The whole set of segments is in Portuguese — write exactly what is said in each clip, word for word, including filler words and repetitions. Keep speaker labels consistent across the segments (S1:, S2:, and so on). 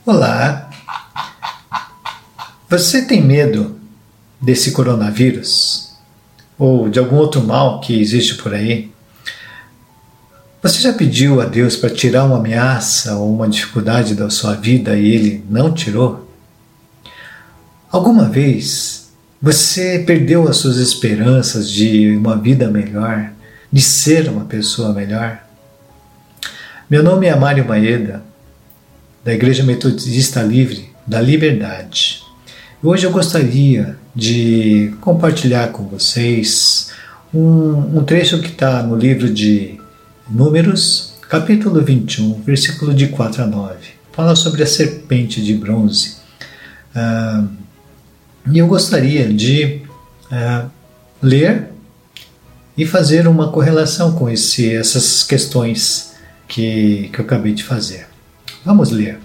S1: Olá! Você tem medo desse coronavírus? Ou de algum outro mal que existe por aí? Você já pediu a Deus para tirar uma ameaça ou uma dificuldade da sua vida e Ele não tirou? Alguma vez você perdeu as suas esperanças de uma vida melhor, de ser uma pessoa melhor? Meu nome é Mário Maeda, da Igreja Metodista Livre da Liberdade. Hoje eu gostaria de compartilhar com vocês um, um trecho que está no livro de Números, capítulo vinte e um, versículo de quatro a nove. Fala sobre a serpente de bronze. Ah, e eu gostaria de ah, ler e fazer uma correlação com esse, essas questões que, que eu acabei de fazer. Vamos ler.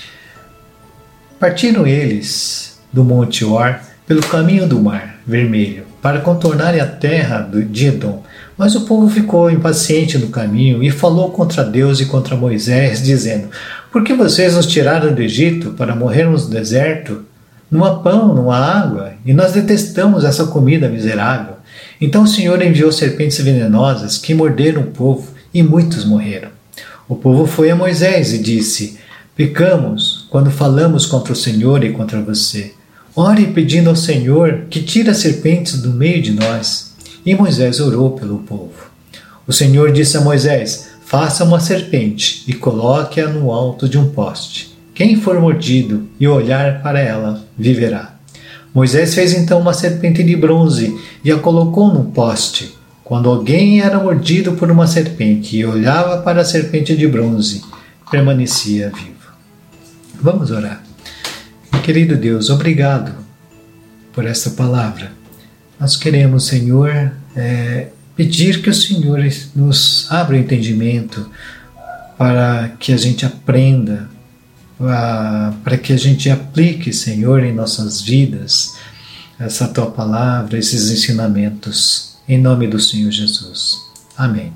S1: Partiram eles do Monte Or pelo caminho do Mar Vermelho para contornarem a terra de Edom. Mas o povo ficou impaciente no caminho e falou contra Deus e contra Moisés, dizendo: Por que vocês nos tiraram do Egito para morrermos no deserto? Não há pão, não há água, e nós detestamos essa comida miserável. Então o Senhor enviou serpentes venenosas que morderam o povo e muitos morreram. O povo foi a Moisés e disse: Pecamos quando falamos contra o Senhor e contra você. Ore pedindo ao Senhor que tire as serpentes do meio de nós. E Moisés orou pelo povo. O Senhor disse a Moisés: Faça uma serpente e coloque-a no alto de um poste. Quem for mordido e olhar para ela, viverá. Moisés fez então uma serpente de bronze e a colocou no poste. Quando alguém era mordido por uma serpente e olhava para a serpente de bronze, permanecia vivo. Vamos orar. Meu querido Deus, obrigado por esta palavra. Nós queremos, Senhor, é, pedir que o Senhor nos abra o entendimento para que a gente aprenda, para, para que a gente aplique, Senhor, em nossas vidas essa Tua palavra, esses ensinamentos. Em nome do Senhor Jesus. Amém.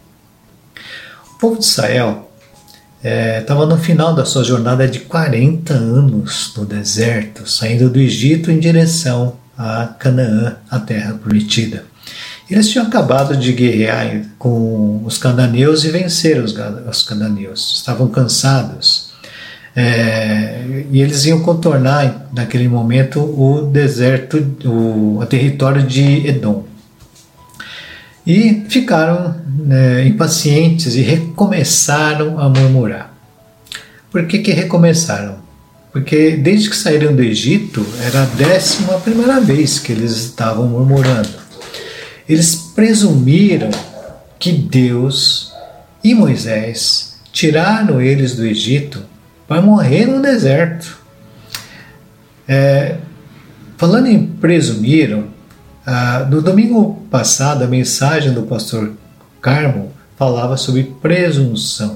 S1: O povo de Israel estava é, no final da sua jornada de quarenta anos no deserto, saindo do Egito em direção a Canaã, a terra prometida. Eles tinham acabado de guerrear com os cananeus e vencer os, os cananeus. Estavam cansados. É, e eles iam contornar, naquele momento, o deserto, o, o território de Edom. E ficaram né, impacientes e recomeçaram a murmurar. Por que que recomeçaram? Porque desde que saíram do Egito, era a décima primeira vez que eles estavam murmurando. Eles presumiram que Deus e Moisés tiraram eles do Egito para morrer no deserto. É, falando em presumiram, Ah, no domingo passado, a mensagem do pastor Carmo falava sobre presunção.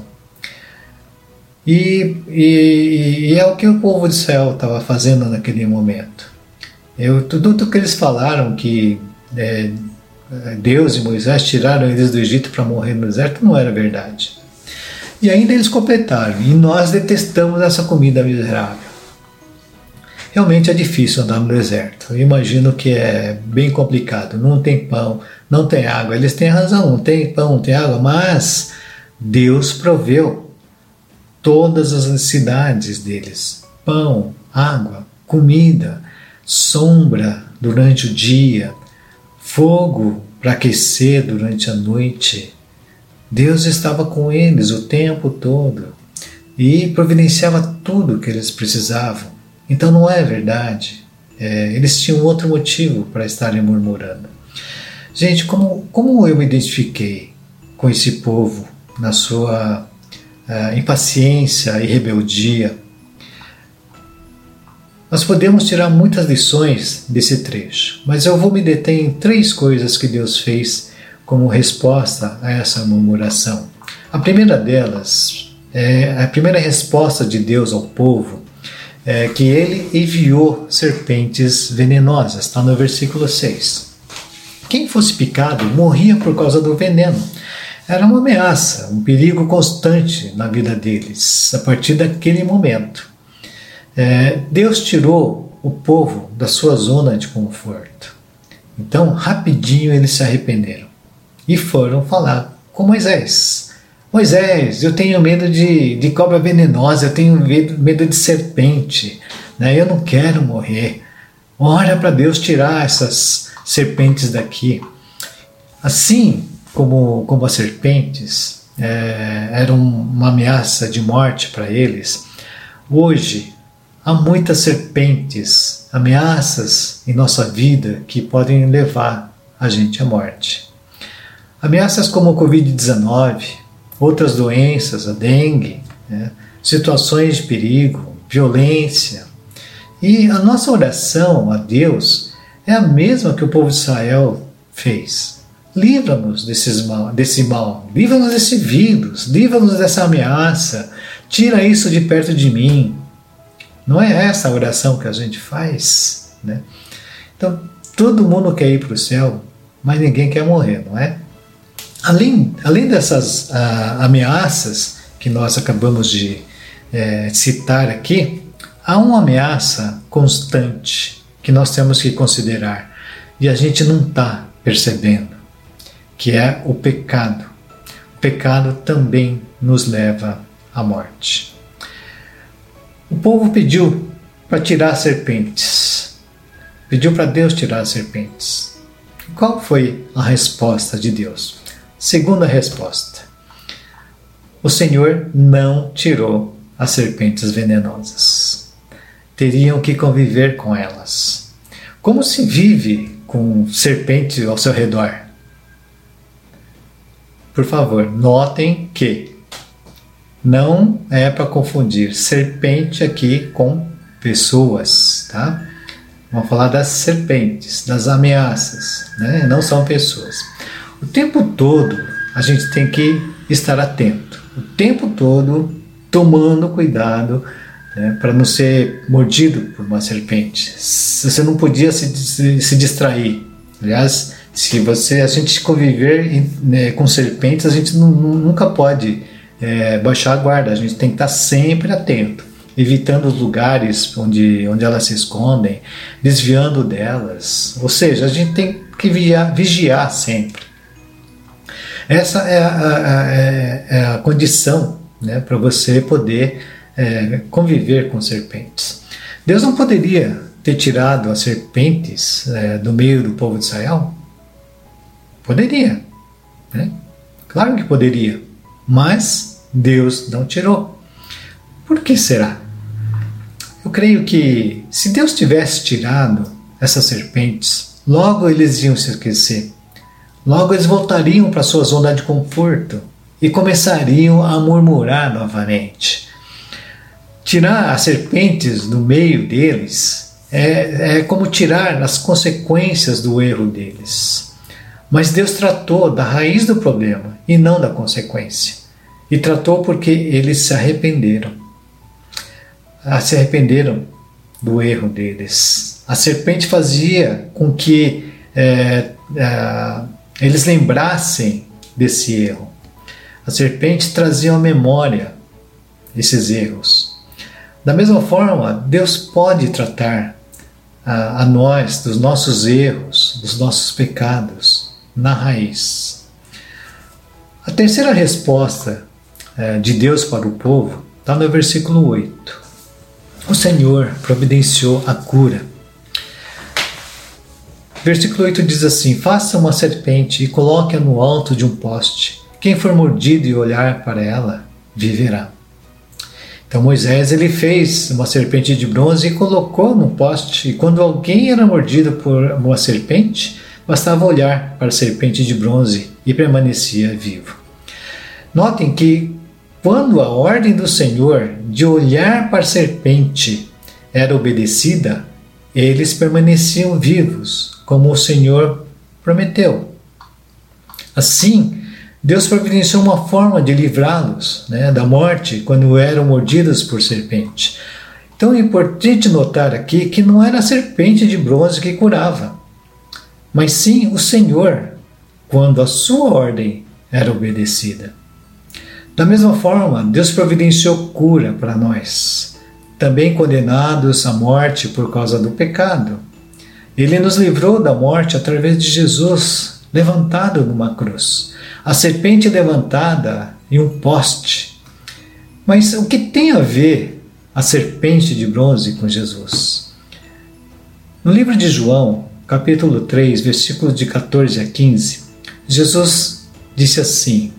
S1: E, e, e é o que o povo de Israel estava fazendo naquele momento. Eu, tudo o que eles falaram, que é, Deus e Moisés tiraram eles do Egito para morrer no deserto, não era verdade. E ainda eles completaram: e nós detestamos essa comida miserável. Realmente é difícil andar no deserto. Eu imagino que é bem complicado. Não tem pão, não tem água. Eles têm razão, não tem pão, não tem água, mas Deus proveu todas as necessidades deles: pão, água, comida, sombra durante o dia, fogo para aquecer durante a noite. Deus estava com eles o tempo todo e providenciava tudo o que eles precisavam. Então não é verdade. É, eles tinham outro motivo para estarem murmurando. Gente, como, como eu me identifiquei com esse povo na sua uh, impaciência e rebeldia? Nós podemos tirar muitas lições desse trecho, mas eu vou me deter em três coisas que Deus fez como resposta a essa murmuração. A primeira delas, é a primeira resposta de Deus ao povo, é que ele enviou serpentes venenosas, está no versículo seis. Quem fosse picado morria por causa do veneno. Era uma ameaça, um perigo constante na vida deles, a partir daquele momento. É, Deus tirou o povo da sua zona de conforto. Então, rapidinho eles se arrependeram e foram falar com Moisés. Moisés, eu tenho medo de, de cobra venenosa, eu tenho medo, medo de serpente, né? Eu não quero morrer. Ora para Deus tirar essas serpentes daqui. Assim como, como as serpentes é, eram uma ameaça de morte para eles, hoje há muitas serpentes, ameaças em nossa vida que podem levar a gente à morte. Ameaças como o covid dezenove, outras doenças, a dengue, né? Situações de perigo, violência. E a nossa oração a Deus é a mesma que o povo de Israel fez. Livra-nos desses mal, desse mal, livra-nos desse vírus, livra-nos dessa ameaça, tira isso de perto de mim. Não é essa a oração que a gente faz, né? Então, todo mundo quer ir para o céu, mas ninguém quer morrer, não é? Além, além dessas ah, ameaças que nós acabamos de eh, citar aqui, há uma ameaça constante que nós temos que considerar e a gente não está percebendo, que é o pecado. O pecado também nos leva à morte. O povo pediu para tirar as serpentes, pediu para Deus tirar as serpentes. Qual foi a resposta de Deus? Segunda resposta: o Senhor não tirou as serpentes venenosas. Teriam que conviver com elas. Como se vive com serpente ao seu redor? Por favor, notem que não é para confundir serpente aqui com pessoas, tá? Vamos falar das serpentes, das ameaças, né? Não são pessoas. O tempo todo a gente tem que estar atento. O tempo todo tomando cuidado, né, para não ser mordido por uma serpente. Você não podia se, se, se distrair. Aliás, se você, a gente conviver né, com serpentes, a gente não, nunca pode é, baixar a guarda. A gente tem que estar sempre atento, evitando os lugares onde, onde elas se escondem, desviando delas. Ou seja, a gente tem que vigiar, vigiar sempre. Essa é a, a, é a condição, né, para você poder é, conviver com serpentes. Deus não poderia ter tirado as serpentes é, do meio do povo de Israel? Poderia, né? Claro que poderia, mas Deus não tirou. Por que será? Eu creio que se Deus tivesse tirado essas serpentes, logo eles iam se esquecer. Logo eles voltariam para sua zona de conforto e começariam a murmurar novamente. Tirar as serpentes do meio deles é, é como tirar as consequências do erro deles. Mas Deus tratou da raiz do problema e não da consequência. E tratou porque eles se arrependeram. Ah, se arrependeram do erro deles. A serpente fazia com que é, é, eles lembrassem desse erro. A serpente trazia à memória esses erros. Da mesma forma, Deus pode tratar a, a nós dos nossos erros, dos nossos pecados, na raiz. A terceira resposta é, de Deus para o povo está no versículo oito. O Senhor providenciou a cura. Versículo oito diz assim: faça uma serpente e coloque-a no alto de um poste. Quem for mordido e olhar para ela, viverá. Então Moisés ele fez uma serpente de bronze e colocou no poste. E quando alguém era mordido por uma serpente, bastava olhar para a serpente de bronze e permanecia vivo. Notem que quando a ordem do Senhor de olhar para a serpente era obedecida, eles permaneciam vivos, como o Senhor prometeu. Assim, Deus providenciou uma forma de livrá-los, né, da morte quando eram mordidos por serpente. Então é importante notar aqui que não era a serpente de bronze que curava, mas sim o Senhor, quando a sua ordem era obedecida. Da mesma forma, Deus providenciou cura para nós, também condenados à morte por causa do pecado. Ele nos livrou da morte através de Jesus, levantado numa cruz. A serpente levantada em um poste. Mas o que tem a ver a serpente de bronze com Jesus? No livro de João, capítulo três, versículos de catorze a quinze, Jesus disse assim: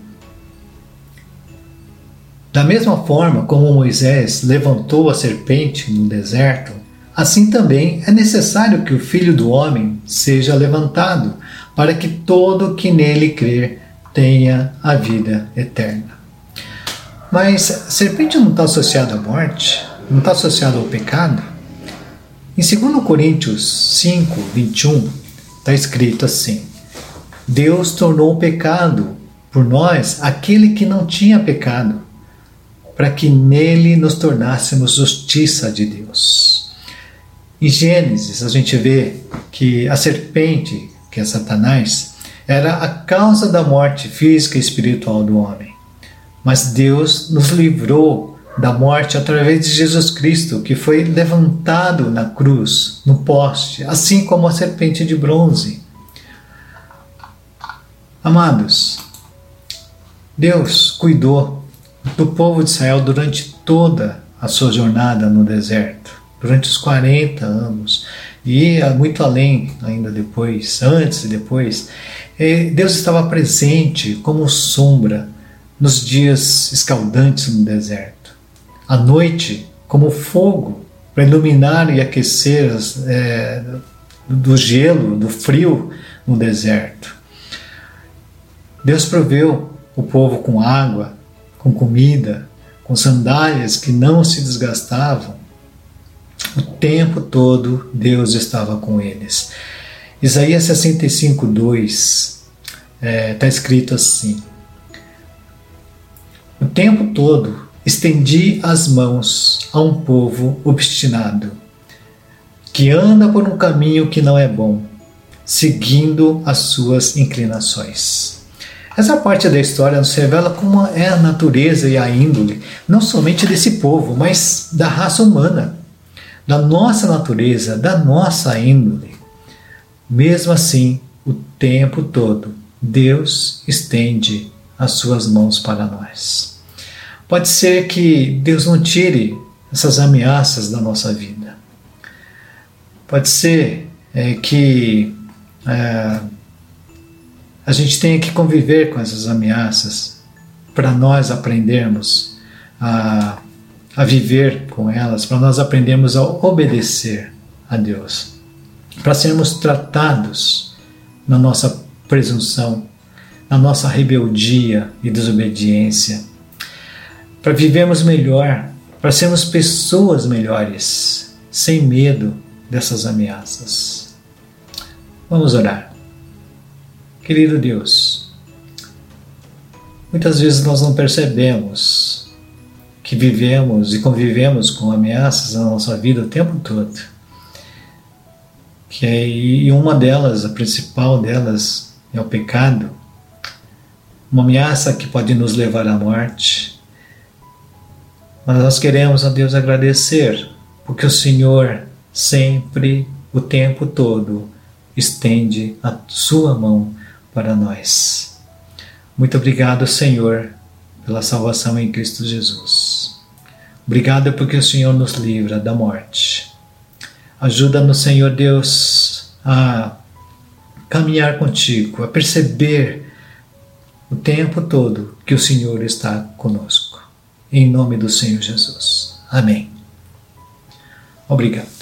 S1: da mesma forma como Moisés levantou a serpente no deserto, assim também é necessário que o Filho do Homem seja levantado, para que todo que nele crer tenha a vida eterna. Mas a serpente não está associada à morte? Não está associada ao pecado? Em dois Coríntios cinco, vinte e um, está escrito assim: Deus tornou pecado por nós aquele que não tinha pecado, para que nele nos tornássemos justiça de Deus. Em Gênesis, a gente vê que a serpente, que é Satanás, era a causa da morte física e espiritual do homem. Mas Deus nos livrou da morte através de Jesus Cristo, que foi levantado na cruz, no poste, assim como a serpente de bronze. Amados, Deus cuidou do povo de Israel durante toda a sua jornada no deserto, durante os quarenta anos, e muito além ainda depois, antes e depois. Deus estava presente como sombra nos dias escaldantes no deserto. À noite, como fogo, para iluminar e aquecer as, é, do gelo, do frio no deserto. Deus proveu o povo com água, com comida, com sandálias que não se desgastavam. O tempo todo Deus estava com eles. Isaías sessenta e cinco, dois está é, escrito assim: o tempo todo estendi as mãos a um povo obstinado, que anda por um caminho que não é bom, seguindo as suas inclinações. Essa parte da história nos revela como é a natureza e a índole, não somente desse povo, mas da raça humana, da nossa natureza, da nossa índole. Mesmo assim, o tempo todo, Deus estende as suas mãos para nós. Pode ser que Deus não tire essas ameaças da nossa vida. Pode ser é, que é, a gente tenha que conviver com essas ameaças para nós aprendermos a, a viver com elas, para nós aprendermos a obedecer a Deus, para sermos tratados na nossa presunção, na nossa rebeldia e desobediência, para vivermos melhor, para sermos pessoas melhores, sem medo dessas ameaças. Vamos orar. Querido Deus, muitas vezes nós não percebemos que vivemos e convivemos com ameaças na nossa vida o tempo todo. Que é, e uma delas, a principal delas, é o pecado, uma ameaça que pode nos levar à morte. Mas nós queremos a Deus agradecer, porque o Senhor sempre, o tempo todo, estende a sua mão para nós. Muito obrigado, Senhor, pela salvação em Cristo Jesus. Obrigado porque o Senhor nos livra da morte. Ajuda-nos, Senhor Deus, a caminhar contigo, a perceber o tempo todo que o Senhor está conosco. Em nome do Senhor Jesus. Amém. Obrigado.